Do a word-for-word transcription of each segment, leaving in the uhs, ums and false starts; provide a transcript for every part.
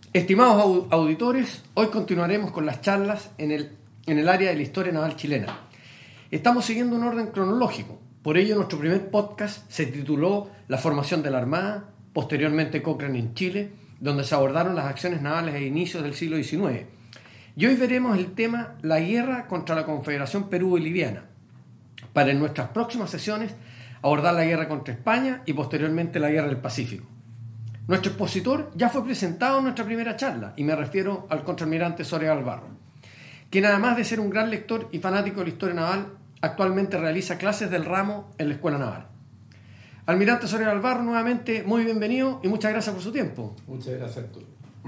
Estimados au- auditores, hoy continuaremos con las charlas en el, en el área de la historia naval chilena. Estamos siguiendo un orden cronológico, por ello nuestro primer podcast se tituló La formación de la Armada, posteriormente Cochrane en Chile, donde se abordaron las acciones navales a inicios del siglo diecinueve. Y hoy veremos el tema La guerra contra la Confederación Perú-Boliviana, para en nuestras próximas sesiones abordar la guerra contra España y posteriormente la guerra del Pacífico. Nuestro expositor ya fue presentado en nuestra primera charla y me refiero al contraalmirante Soria Alvarro, quien además de ser un gran lector y fanático de la historia naval, actualmente realiza clases del ramo en la Escuela Naval. Almirante Soria Alvarro, nuevamente muy bienvenido y muchas gracias por su tiempo. Muchas gracias, Arturo.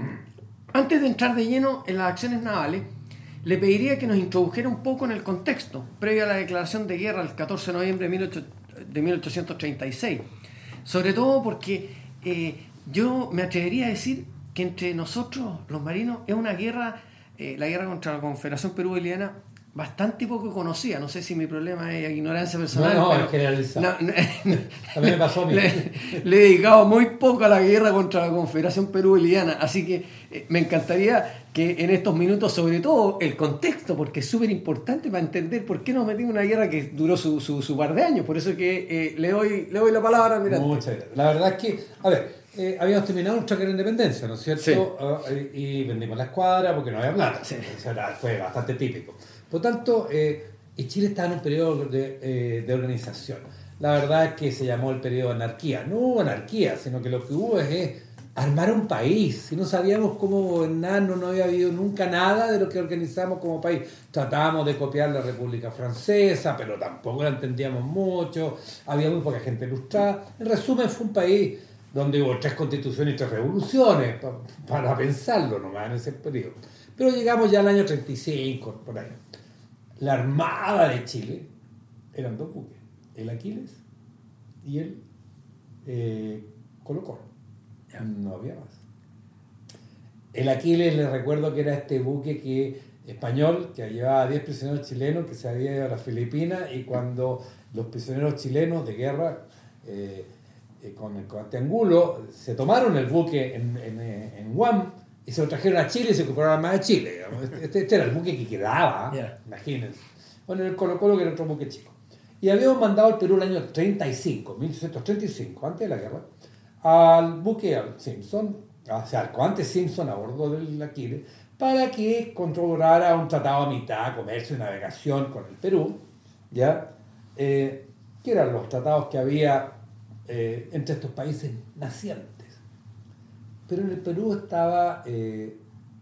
Antes de entrar de lleno en las acciones navales, le pediría que nos introdujera un poco en el contexto previo a la declaración de guerra el catorce de noviembre de mil ochocientos treinta y seis, sobre todo porque eh, yo me atrevería a decir que entre nosotros, los marinos, es una guerra, eh, la guerra contra la Confederación Perú-Boliviana, bastante poco conocida. No sé si mi problema es ignorancia personal. No, no, pero es generalizado. No, no, no, a mí me pasó a mí. Le, le he dedicado muy poco a la guerra contra la Confederación Perú-Boliviana, así que eh, me encantaría que en estos minutos, sobre todo el contexto, porque es súper importante para entender por qué nos metimos en una guerra que duró su, su, su par de años. Por eso que eh, le, doy, le doy la palabra, almirante. Muchas gracias. La verdad es que, a ver, eh, habíamos terminado nuestra guerra de independencia, ¿no es cierto? Sí. Uh, y, y vendimos la escuadra porque no había plata. Sí. O sea, fue bastante típico. Por lo tanto, eh, y Chile estaba en un periodo de, eh, de organización. La verdad es que se llamó el periodo de anarquía. No hubo anarquía, sino que lo que hubo es eh, armar un país. Si no sabíamos cómo gobernar, no, no había habido nunca nada de lo que organizamos como país. Tratábamos de copiar la República Francesa, pero tampoco la entendíamos mucho. Había muy poca gente ilustrada. En resumen, fue un país donde hubo tres constituciones y tres revoluciones, pa, para pensarlo nomás en ese periodo. Pero llegamos ya al año treinta y cinco, por ahí. La Armada de Chile eran dos buques, el Aquiles y el eh, Colo Colo. No había más. El Aquiles, les recuerdo que era este buque que, español que llevaba diez prisioneros chilenos que se había ido a las Filipinas, y cuando los prisioneros chilenos de guerra eh, eh, con el Comandante Angulo se tomaron el buque en, en, en Guam y se lo trajeron a Chile y se ocuparon más de Chile. Este, este era el buque que quedaba, Yeah. Imagínense. Bueno, el Colo Colo, que era otro buque chico. Y habíamos mandado al Perú el año treinta y cinco, mil ochocientos treinta y cinco, antes de la guerra, al buque Simpson, o sea, al comandante Simpson a bordo del Aquiles, para que controlara un tratado a mitad, comercio y navegación con el Perú, ¿ya? Eh, que eran los tratados que había eh, entre estos países nacientes. Pero en el Perú estaba eh,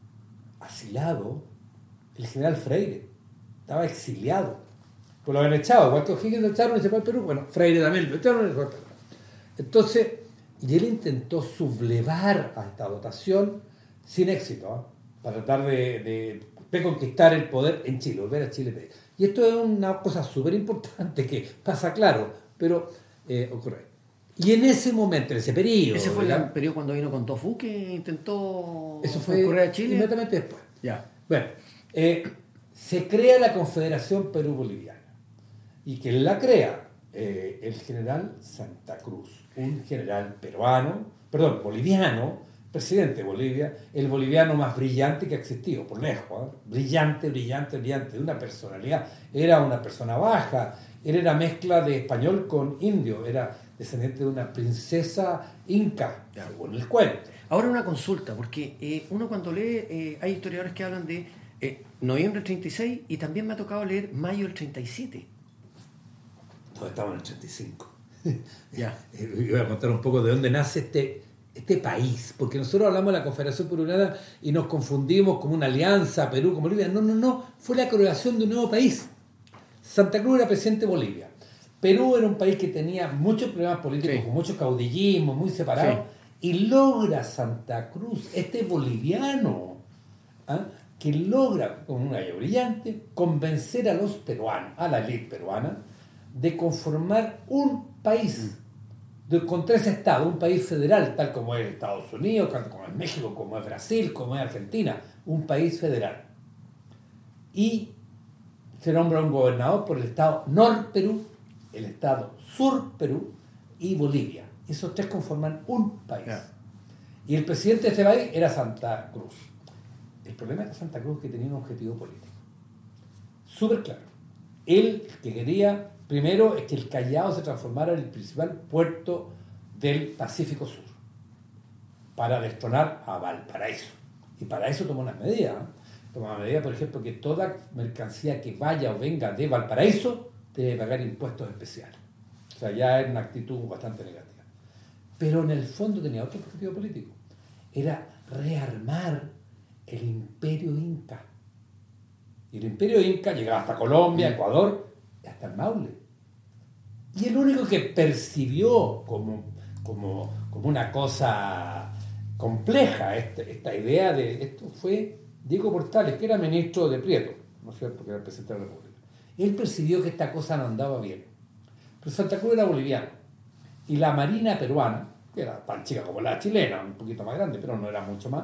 asilado el general Freire, estaba exiliado, pues lo habían echado, igual que O'Higgins lo echaron y se fue al Perú, bueno, Freire también lo echaron y se fue al Perú. Entonces, y él intentó sublevar a esta dotación sin éxito, ¿eh? Para tratar de, de, de conquistar el poder en Chile, volver a Chile. Y esto es una cosa súper importante que pasa claro, pero eh, ocurre. Y en ese momento, en ese periodo... Ese fue ¿verdad? el periodo cuando vino con Tofu, que intentó Eso fue concurrir a Chile. inmediatamente después. Ya. Bueno, eh, se crea la Confederación Perú-Boliviana. Y quien la crea, eh, el general Santa Cruz, un general peruano, perdón, boliviano, presidente de Bolivia, el boliviano más brillante que ha existido, por lejos, ¿eh? brillante, brillante, brillante, de una personalidad. Era una persona baja, él era mezcla de español con indio, era descendiente de una princesa inca, según el cuento. Ahora una consulta, porque eh, uno cuando lee, eh, hay historiadores que hablan de eh, noviembre del treinta y seis y también me ha tocado leer mayo del treinta y siete. Todos estamos en el treinta y cinco. Ya. Y voy a contar un poco de dónde nace este, este país, porque nosotros hablamos de la Confederación Peruana y nos confundimos como una alianza, Perú con Bolivia. No, no, no, fue la creación de un nuevo país. Santa Cruz era presidente de Bolivia. Perú era un país que tenía muchos problemas políticos, Sí. con mucho caudillismo, muy separado, sí. Y logra Santa Cruz, este boliviano, ¿ah? que logra, con una idea brillante, convencer a los peruanos, a la élite peruana, de conformar un país de, con tres estados, un país federal, tal como es Estados Unidos, como es México, como es Brasil, como es Argentina, un país federal. Y se nombra un gobernador por el estado Nor Perú, el estado Sur Perú y Bolivia. Esos tres conforman un país. Yeah. Y el presidente de este país era Santa Cruz. El problema de Santa Cruz es que tenía un objetivo político súper claro. Él que quería, primero, es que el Callao se transformara en el principal puerto del Pacífico Sur para destronar a Valparaíso. Y para eso tomó unas medidas. ¿eh? Tomó una medida, por ejemplo, que toda mercancía que vaya o venga de Valparaíso debe pagar impuestos especiales. O sea, ya era una actitud bastante negativa. Pero en el fondo tenía otro objetivo político. Era rearmar el imperio inca. Y el imperio inca llegaba hasta Colombia, Ecuador y hasta el Maule. Y el único que percibió como, como, como una cosa compleja esta, esta idea de esto fue Diego Portales, que era ministro de Prieto, ¿no es cierto?, que era el presidente de la República. Él percibió que esta cosa no andaba bien. Pero Santa Cruz era boliviano. Y la marina peruana, que era tan chica como la chilena, un poquito más grande, pero no era mucho más,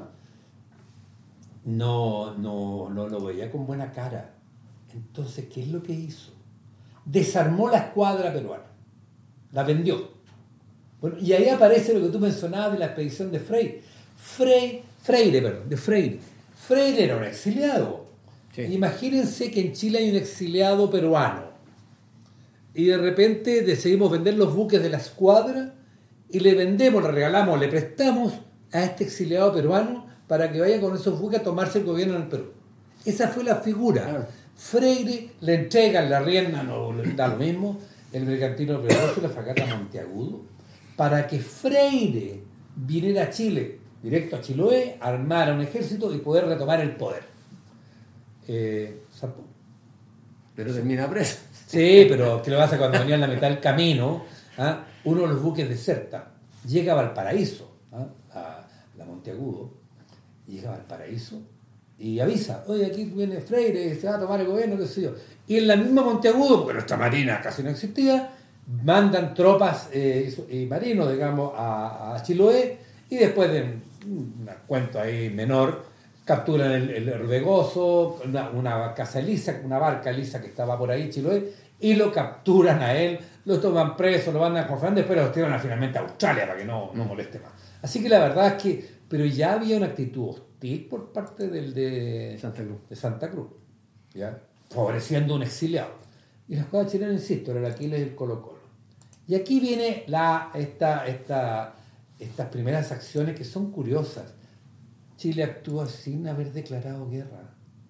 no, no, no lo veía con buena cara. Entonces, ¿qué es lo que hizo? Desarmó la escuadra peruana. La vendió. Bueno, y ahí aparece lo que tú mencionabas de la expedición de Freire. Freire, Freire, perdón, de Freire. Freire era un exiliado. Sí. Imagínense que en Chile hay un exiliado peruano. Y de repente decidimos vender los buques de la escuadra y le vendemos, le regalamos, le prestamos a este exiliado peruano para que vaya con esos buques a tomarse el gobierno en el Perú. Esa fue la figura. Claro. Freire le entrega la rienda, no da lo mismo, el mercantino peruano, la fragata Monteagudo, para que Freire viniera a Chile, directo a Chiloé, armara un ejército y poder retomar el poder. Eh, pero termina preso. Sí, pero ¿qué lo pasa cuando venía en la mitad del camino? ¿Ah? Uno de los buques deserta, llega a Valparaíso, ¿ah? a la Monteagudo, llega a Valparaíso y avisa, oye, aquí viene Freire, se va a tomar el gobierno, qué sé yo. Y en la misma Monteagudo, porque nuestra marina casi no existía, mandan tropas eh, y marinos, digamos, a, a Chiloé, y después de un cuento ahí menor, capturan el, el Orbegoso, una, una casa lisa, una barca lisa que estaba por ahí, Chiloé, y lo capturan a él, lo toman preso, lo van a Juan Fernández, pero lo tiran finalmente a Australia para que no, no moleste más. Así que la verdad es que, pero ya había una actitud hostil por parte del de Santa Cruz, de Santa Cruz, ¿ya? Favoreciendo a un exiliado. Y la escuadra chilena, insisto, era el Aquiles del Colo-Colo. Y aquí viene la, esta, esta, estas primeras acciones que son curiosas. Chile actúa sin haber declarado guerra.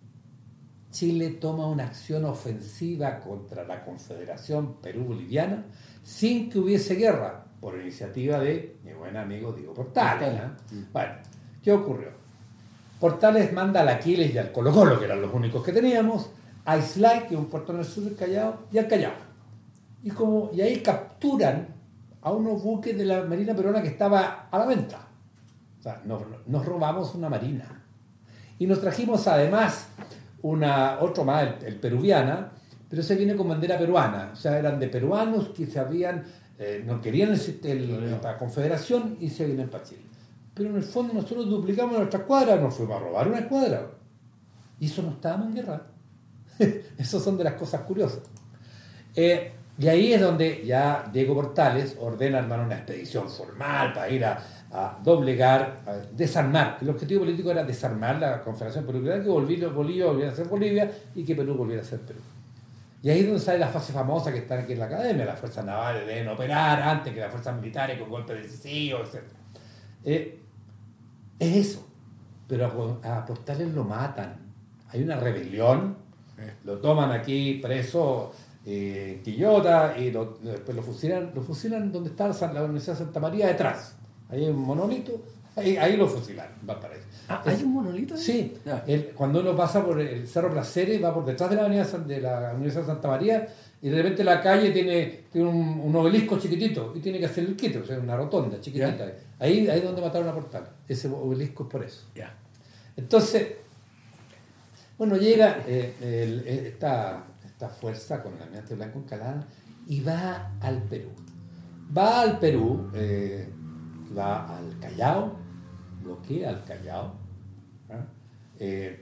Chile toma una acción ofensiva contra la Confederación Perú-Boliviana sin que hubiese guerra, por iniciativa de mi buen amigo Diego Portales. ¿eh? Bueno, ¿qué ocurrió? Portales manda al Aquiles y al Colo-Colo, que eran los únicos que teníamos, a Islay, que es un puerto en el sur del Callao, y al Callao. Y, como, y ahí capturan a unos buques de la Marina Peruana que estaba a la venta. O sea, nos, nos robamos una marina. Y nos trajimos además una, otro más, el, el peruviana, pero ese viene con bandera peruana. O sea, eran de peruanos que se habían, eh, no querían el, el, la confederación y se vienen para Chile. Pero en el fondo nosotros duplicamos nuestra escuadra, nos fuimos a robar una escuadra. Y eso no estábamos en guerra. Esas son de las cosas curiosas. Eh, y ahí es donde ya Diego Portales ordena armar una expedición formal para ir a, a doblegar, a desarmar. El objetivo político era desarmar la Confederación Peruviana, que Bolivia, Bolivia volviera a ser Bolivia y que Perú volviera a ser Perú. Y ahí es donde sale la fase famosa que está aquí en la academia: las fuerzas navales deben operar antes que las fuerzas militares con golpes decisivos, etcétera. Eh, es eso. Pero a, a Portales lo matan. Hay una rebelión, lo toman aquí preso eh, Quillota y lo, después lo fusilan, lo fusilan donde está la Universidad de Santa María, detrás. Ahí hay un monolito, ahí, ahí lo fusilan, va para eso. Ah, ¿hay un monolito ahí? Sí, el, cuando uno pasa por el Cerro Placeres, va por detrás de la avenida de la Universidad de Santa María, y de repente la calle tiene, tiene un, un obelisco chiquitito y tiene que hacer el quite, o sea, una rotonda chiquitita. Yeah. Ahí, ahí es donde mataron a Portales. Ese obelisco es por eso. Yeah. Entonces, bueno, llega eh, el, esta, esta fuerza con el almirante Blanco Encalada y va al Perú. Va al Perú, eh, va al Callao, bloquea al Callao, ¿eh? Eh,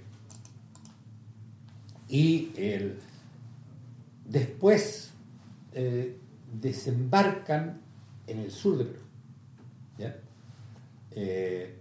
y el, después eh, desembarcan en el sur de Perú. ¿Ya? eh,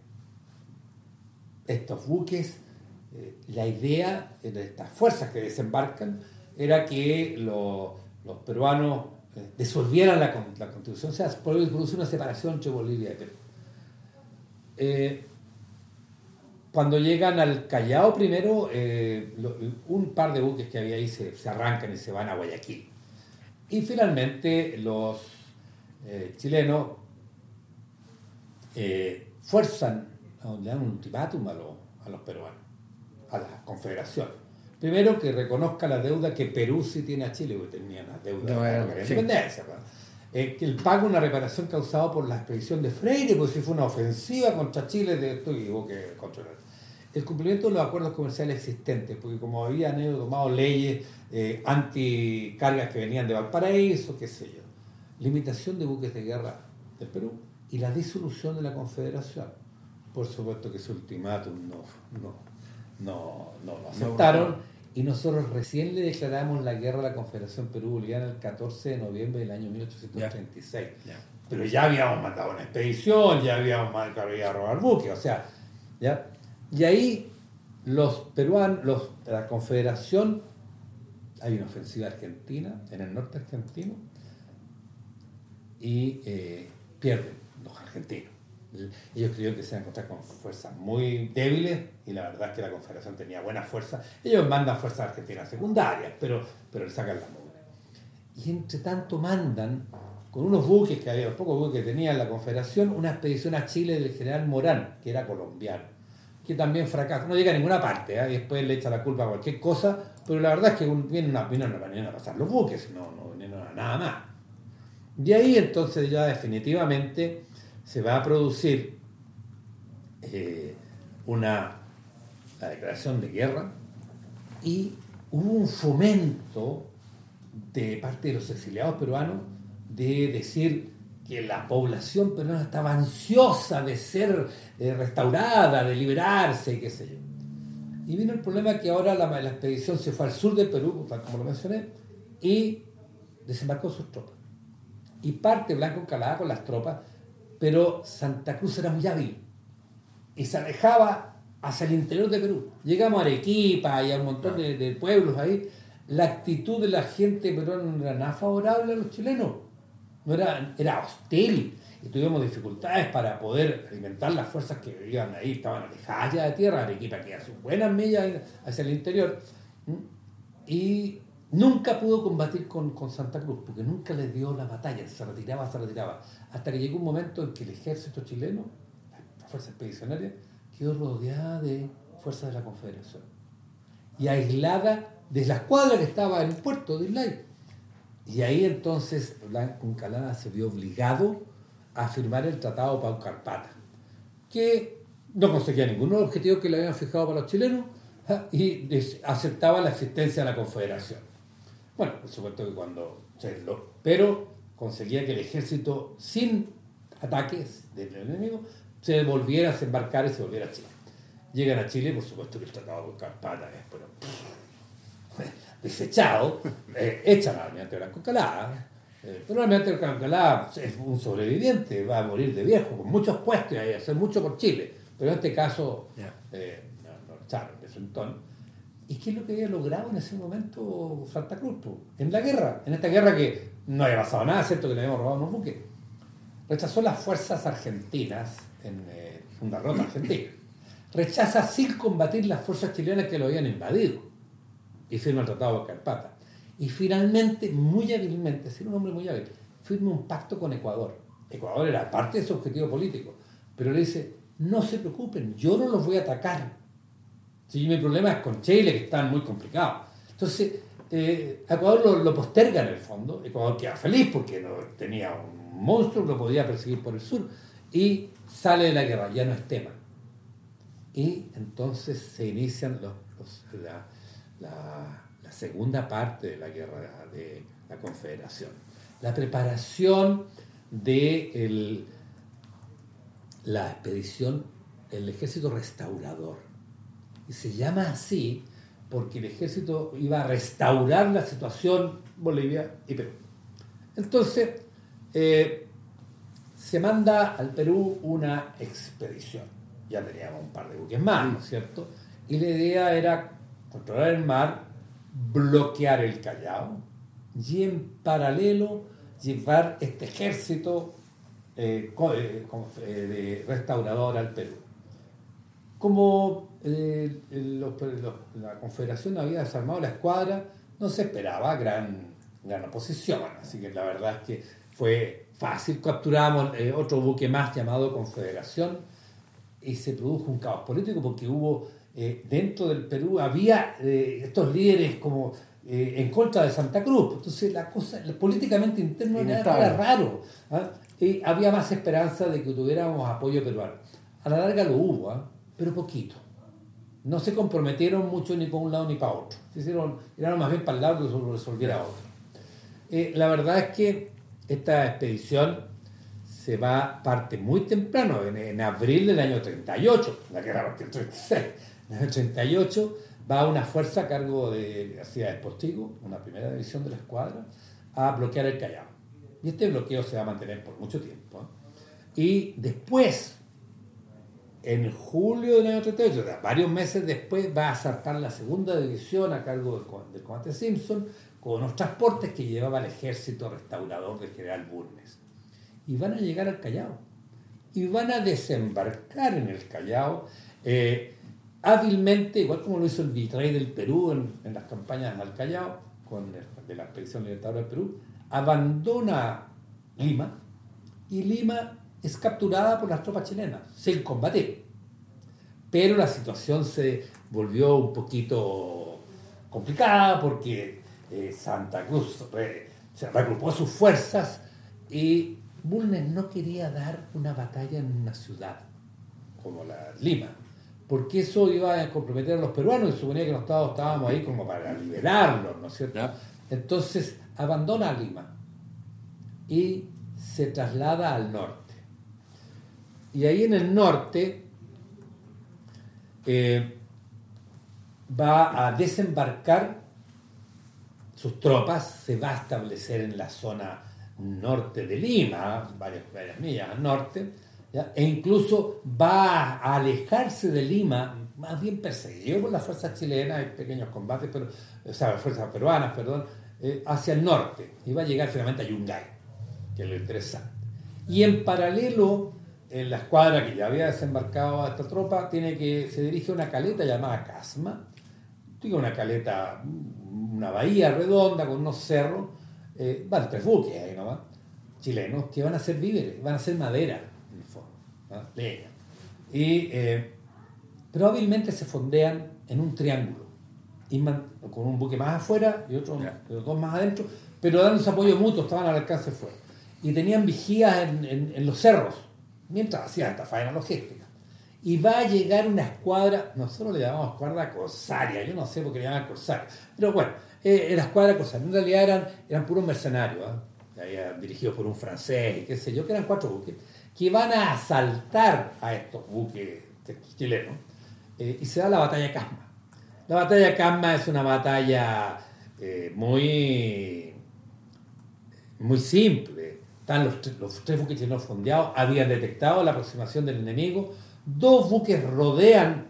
estos buques, eh, la idea de estas fuerzas que desembarcan era que lo, los peruanos eh, disolvieran la, la constitución, o sea, produce una separación entre Bolivia y Perú. Eh, cuando llegan al Callao primero, eh, lo, un par de buques que había ahí se, se arrancan y se van a Guayaquil. Y finalmente los eh, chilenos eh, fuerzan, le dan un ultimátum a los, a los peruanos, a la Confederación. Primero, que reconozca la deuda que Perú sí tiene a Chile, porque tenía una deuda no, de la sí. independencia. Eh, que el pago una reparación causada por la expedición de Freire, porque si fue una ofensiva contra Chile, de esto y hubo que controlar. El cumplimiento de los acuerdos comerciales existentes, porque como habían ellos tomado leyes eh, anticargas que venían de Valparaíso, qué sé yo, limitación de buques de guerra del Perú y la disolución de la Confederación. Por supuesto que ese ultimátum no, no, no, no lo aceptaron, no, no. Y nosotros recién le declaramos la guerra a la Confederación Perú-Boliviana el catorce de noviembre del año mil ochocientos treinta y seis. Yeah. Yeah. Pero ya habíamos mandado una expedición, ya habíamos mandado a robar buques, o sea, ya. Y ahí los peruanos, los, la Confederación, hay una ofensiva argentina en el norte argentino y eh, pierden los argentinos. Ellos creyeron que se iban a encontrar con fuerzas muy débiles y la verdad es que la Confederación tenía buena fuerza. Ellos mandan fuerzas argentinas secundarias, pero, pero le sacan la mugre. Y entre tanto mandan, con unos buques que había, los pocos buques que tenía la Confederación, una expedición a Chile del general Morán, que era colombiano, que también fracasa, no llega a ninguna parte, ¿eh? Y después le echa la culpa a cualquier cosa, pero la verdad es que vienen una, vienen a pasar los buques, no, no vienen a nada más. Y ahí entonces ya definitivamente se va a producir eh, una la declaración de guerra y hubo un fomento de parte de los exiliados peruanos de decir que la población peruana estaba ansiosa de ser eh, restaurada, de liberarse, qué sé yo. Y vino el problema que ahora la, la expedición se fue al sur del Perú, tal como lo mencioné, y desembarcó sus tropas. Y parte Blanco Encalada con las tropas, pero Santa Cruz era muy hábil y se alejaba hacia el interior de Perú. Llegamos a Arequipa y a un montón de, de pueblos ahí. La actitud de la gente peruana no era nada favorable a los chilenos. No era, era hostil y tuvimos dificultades para poder alimentar las fuerzas que iban ahí, estaban alejadas ya de tierra. Arequipa que hace buenas millas hacia el interior y nunca pudo combatir con, con Santa Cruz porque nunca le dio la batalla, se retiraba, se retiraba, hasta que llegó un momento en que el ejército chileno, la fuerza expedicionaria, quedó rodeada de fuerzas de la Confederación y aislada de la escuadra que estaba en el puerto de Islay. Y ahí entonces Blanco Encalada se vio obligado a firmar el Tratado Paucarpata, que no conseguía ninguno de los objetivos que le habían fijado para los chilenos y aceptaba la existencia de la Confederación. Bueno, por supuesto que cuando se lo, pero conseguía que el ejército, sin ataques del enemigo, se volviera a embarcar y se volviera a Chile. Llegan a Chile, por supuesto que el Tratado Paucarpata es bueno, desechado, eh, echan al almirante Blanco Encalada, eh, pero el almirante Blanco Encalada es un sobreviviente, va a morir de viejo, con muchos puestos y a hacer mucho por Chile, pero en este caso yeah. eh, no, no echaron de frentón. ¿Y qué es lo que había logrado en ese momento Santa Cruz? Pues, en la guerra, en esta guerra que no había pasado nada, ¿cierto? Que le habíamos robado unos buques. Rechazó las fuerzas argentinas en eh, una derrota argentina. Rechaza sin combatir las fuerzas chilenas que lo habían invadido. Y firma el Tratado de Carpata. Y finalmente, muy hábilmente, es un hombre muy hábil, firma un pacto con Ecuador. Ecuador era parte de su objetivo político, pero le dice, no se preocupen, yo no los voy a atacar. Si mi problema es con Chile, que están muy complicados. Entonces, eh, Ecuador lo, lo posterga en el fondo. Ecuador queda feliz porque no, tenía un monstruo que lo podía perseguir por el sur. Y sale de la guerra, ya no es tema. Y entonces se inician los, los, la, la, la segunda parte de la guerra de la Confederación. La preparación de el, la expedición, el ejército restaurador. Y se llama así porque el ejército iba a restaurar la situación Bolivia y Perú. Entonces, eh, se manda al Perú una expedición. Ya teníamos un par de buques más, ¿no es cierto? Y la idea era controlar el mar, bloquear el Callao y en paralelo llevar este ejército eh, eh, de restaurador al Perú. Como eh, los, los, la Confederación había desarmado la escuadra, no se esperaba gran, gran oposición, así que la verdad es que fue fácil. Capturamos eh, otro buque más llamado Confederación y se produjo un caos político porque hubo eh, dentro del Perú había eh, estos líderes como eh, en contra de Santa Cruz, entonces la cosa políticamente interno era, era raro, ¿eh? Y había más esperanza de que tuviéramos apoyo peruano. A la larga lo hubo, ¿eh? Pero poquito. No se comprometieron mucho ni para un lado ni para otro. Se hicieron, eran más bien para el lado que lo resolviera otro. Eh, la verdad es que esta expedición se va, parte muy temprano, en, en abril del año treinta y ocho, la guerra partió en treinta y seis. En el año treinta y ocho va una fuerza a cargo de García de Postigo, una primera división de la escuadra, a bloquear el Callao. Y este bloqueo se va a mantener por mucho tiempo, ¿eh? Y después, en julio del año treinta y ocho, varios meses después, va a zarpar la segunda división a cargo del, del comandante Simpson con unos transportes que llevaba el ejército restaurador del general Bulnes. Y van a llegar al Callao. Y van a desembarcar en el Callao eh, hábilmente, igual como lo hizo el virrey del Perú en, en las campañas al Callao, con el, de la expedición libertadora del Perú, abandona Lima y Lima es capturada por las tropas chilenas, sin combatir. Pero la situación se volvió un poquito complicada porque eh, Santa Cruz re, se reagrupó sus fuerzas y Bulnes no quería dar una batalla en una ciudad como la Lima, porque eso iba a comprometer a los peruanos y suponía que nosotros estábamos ahí como para liberarlos, ¿no es cierto? ¿Ya? Entonces abandona Lima y se traslada al norte. Y ahí en el norte eh, va a desembarcar sus tropas, se va a establecer en la zona norte de Lima, varias, varias millas al norte, ¿ya? E incluso va a alejarse de Lima, más bien perseguido por las fuerzas chilenas, hay pequeños combates, pero, o sea, las fuerzas peruanas, perdón, eh, hacia el norte, y va a llegar finalmente a Yungay, que es lo interesante. Y en paralelo, en la escuadra que ya había desembarcado a esta tropa, tiene que, se dirige a una caleta llamada Casma, tiene una caleta, una bahía redonda con unos cerros, eh, van tres buques ahí nomás, chilenos, que van a ser víveres, van a ser madera, en el fondo, ¿no? Leña. Y, eh, pero hábilmente se fondean en un triángulo, y man, con un buque más afuera y otro, yeah. dos más adentro, pero dándose apoyo mutuo, estaban al alcance fuera. Y tenían vigías en, en, en los cerros, mientras hacían esta faena logística. Y va a llegar una escuadra, nosotros le llamamos escuadra corsaria, yo no sé por qué le llaman corsaria, pero bueno, eh, la escuadra corsaria, en realidad eran, eran puros mercenarios, ¿eh? Dirigidos por un francés y qué sé yo, que eran cuatro buques, que van a asaltar a estos buques chilenos, eh, y se da la batalla de Casma. La batalla de Casma es una batalla eh, muy, muy simple. Están los, los tres buques chilenos fondeados, habían detectado la aproximación del enemigo. Dos buques rodean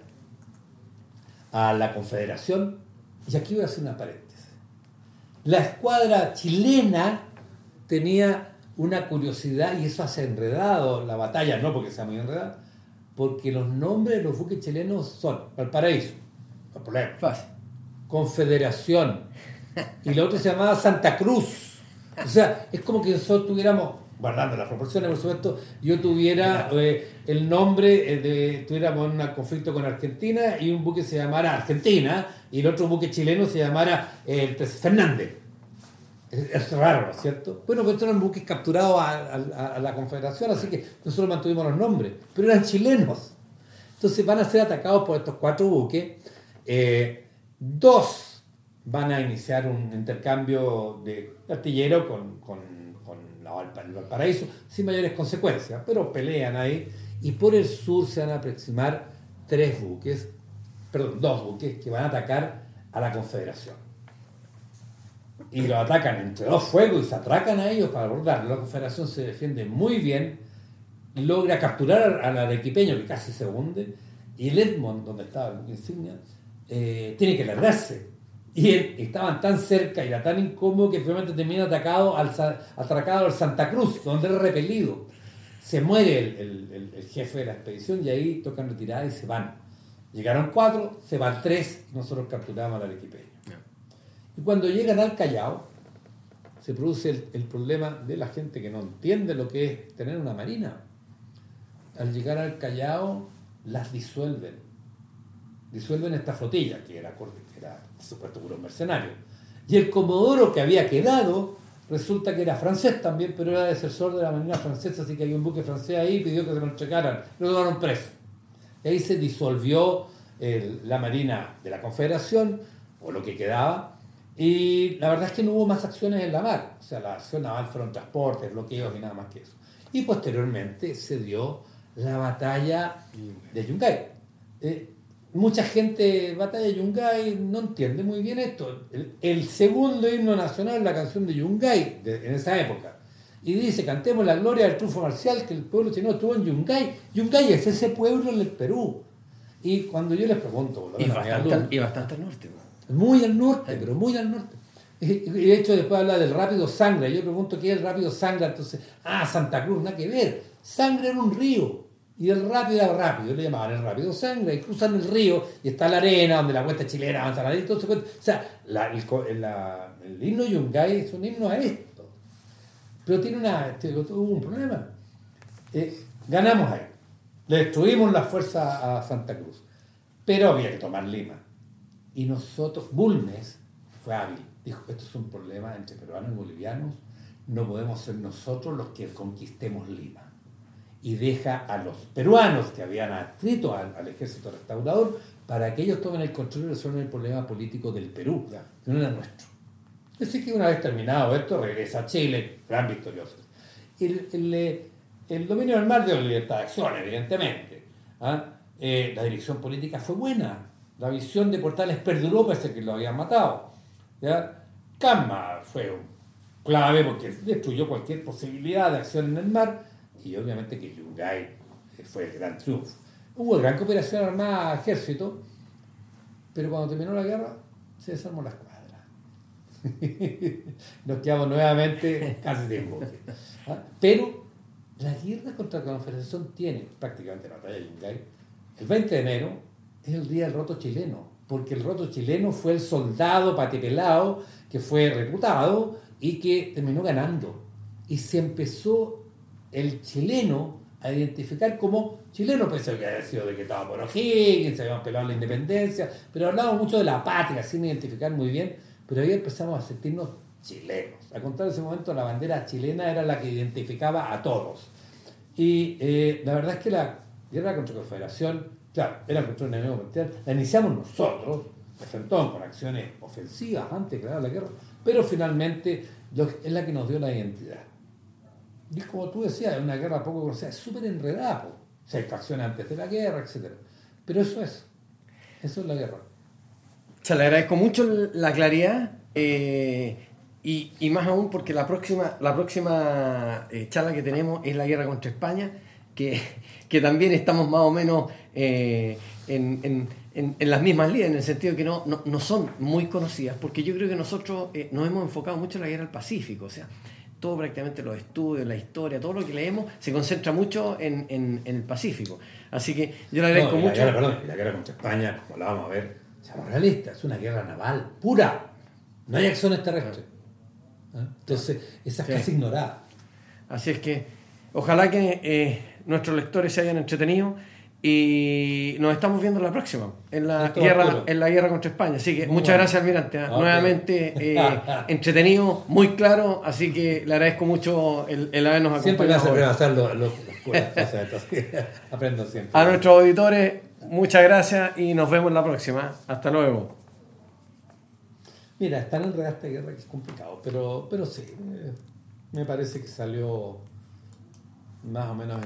a la Confederación, y aquí voy a hacer una paréntesis. La escuadra chilena tenía una curiosidad, y eso hace enredado la batalla, no porque sea muy enredada, porque los nombres de los buques chilenos son Valparaíso, no hay problema, fácil, Confederación, y la otra se llamaba Santa Cruz. O sea, es como que nosotros tuviéramos, guardando las proporciones, por supuesto, yo tuviera eh, el nombre eh, de, tuviéramos un conflicto con Argentina y un buque se llamara Argentina y el otro buque chileno se llamara eh, el Fernández. Es, es raro, ¿no es cierto? Bueno, pues estos eran buques capturados a, a, a la Confederación, así que nosotros mantuvimos los nombres, pero eran chilenos. Entonces van a ser atacados por estos cuatro buques. Eh, dos van a iniciar un intercambio de artillero con, con, con la, el Valparaíso, sin mayores consecuencias, pero pelean ahí, y por el sur se van a aproximar tres buques, perdón, dos buques que van a atacar a la Confederación. Y lo atacan entre dos fuegos y se atracan a ellos para abordarlo. La Confederación se defiende muy bien logra capturar al arequipeño, que casi se hunde, y el Edmond, donde estaba el buque insignia, eh, tiene que largarse. Y él, estaban tan cerca y era tan incómodo que finalmente termina atacado al, atracado al Santa Cruz, donde era repelido. Se muere el, el, el, el jefe de la expedición y ahí tocan retirada y se van. Llegaron cuatro, se van tres y nosotros capturamos al arequipeño. Yeah. Y cuando llegan al Callao, se produce el, el problema de la gente que no entiende lo que es tener una marina. Al llegar al Callao, las disuelven. Disuelven esta flotilla, que era, que era por supuesto, puro mercenario. Y el comodoro que había quedado, resulta que era francés también, pero era desertor de la marina francesa, así que había un buque francés ahí y pidió que se lo entregaran. Lo tomaron preso. Y ahí se disolvió el, la marina de la Confederación, o lo que quedaba, y la verdad es que no hubo más acciones en la mar. O sea, la acción naval fueron transportes, bloqueos y nada más que eso. Y posteriormente se dio la batalla de Yungay. Eh, Mucha gente, batalla de Yungay, no entiende muy bien esto. El, el segundo himno nacional es la canción de Yungay, de, en esa época. Y dice, cantemos la gloria del triunfo marcial que el pueblo chileno estuvo en Yungay. Yungay es ese pueblo en el Perú. Y cuando yo les pregunto... Y bastante, y bastante al norte. Muy al norte, pero muy al norte. Y de hecho después habla del rápido Sangra. Yo pregunto qué es el rápido Sangra. Entonces, ah, Santa Cruz, nada que ver. Sangra era un río. Y el rápido era rápido, le llamaban el rápido Sangra, y cruzan el río, y está la arena, donde la cuesta chilena avanza la arena, y todo se cuenta. O sea, la, el, la, el himno Yungay es un himno a esto. Pero tiene una, tuvo un problema. Eh, ganamos ahí. Le destruimos la fuerza a Santa Cruz. Pero había que tomar Lima. Y nosotros, Bulnes, fue hábil. Dijo, esto es un problema entre peruanos y bolivianos. No podemos ser nosotros los que conquistemos Lima. Y deja a los peruanos que habían adscrito al, al ejército restaurador para que ellos tomen el control y resuelvan el problema político del Perú, que no era nuestro. Así que una vez terminado esto, regresa a Chile, gran victorioso. El, el, el dominio del mar dio libertad de acción, evidentemente. ¿Ah? Eh, la dirección política fue buena. La visión de Portales perduró pese a que lo habían matado. ¿Ya? Casma fue un clave porque destruyó cualquier posibilidad de acción en el mar. Y obviamente que Yungay fue el gran triunfo. Hubo gran cooperación armada ejército, pero cuando terminó la guerra se desarmó la escuadra. Nos quedamos nuevamente casi sin buque. ¿Ah? Pero la guerra contra la Confederación tiene prácticamente la batalla de Yungay. El veinte de enero es el día del roto chileno, porque el roto chileno fue el soldado patipelado que fue reclutado y que terminó ganando. Y se empezó el chileno a identificar como chileno, pese a que había sido de que estaba por O'Higgins, se habían pelado la independencia, pero hablábamos mucho de la patria, sin identificar muy bien, pero ahí empezamos a sentirnos chilenos. Al contrario, en ese momento la bandera chilena era la que identificaba a todos. Y eh, la verdad es que la guerra contra la Confederación, claro, era contra un enemigo mundial, la iniciamos nosotros, enfrentamos con acciones ofensivas antes de declarar la guerra, pero finalmente lo, es la que nos dio la identidad. Y como tú decías, es una guerra poco conocida, es súper enredada. Po. O sea, hay facciones antes de la guerra, etcétera. Pero eso es, eso es la guerra. O sea, le agradezco mucho la claridad eh, y, y más aún porque la próxima, la próxima eh, charla que tenemos es la guerra contra España, que, que también estamos más o menos eh, en, en, en, en las mismas líneas, en el sentido de que no, no, no son muy conocidas, porque yo creo que nosotros eh, nos hemos enfocado mucho en la guerra del Pacífico, o sea, todo prácticamente los estudios, la historia, todo lo que leemos se concentra mucho en, en, en el Pacífico. Así que yo le agradezco no, y la mucho. Guerra, perdón, y la guerra contra España, como la vamos a ver, seamos realistas, es una guerra naval pura. No hay acciones terrestres. ¿Eh? Entonces, esa es sí. casi ignorada. Así es que, ojalá que eh, nuestros lectores se hayan entretenido. Y nos estamos viendo en la próxima, en la, guerra, en la guerra contra España. Así que muy muchas bueno. gracias, almirante. Okay. Nuevamente eh, entretenido, muy claro. Así que le agradezco mucho el, el habernos siempre acompañado. Siempre me hace repasar los, los, los aprendo siempre. A nuestros auditores, muchas gracias y nos vemos en la próxima. Hasta luego. Mira, están enredadas esta guerra que es complicado, pero, pero sí, eh, me parece que salió más o menos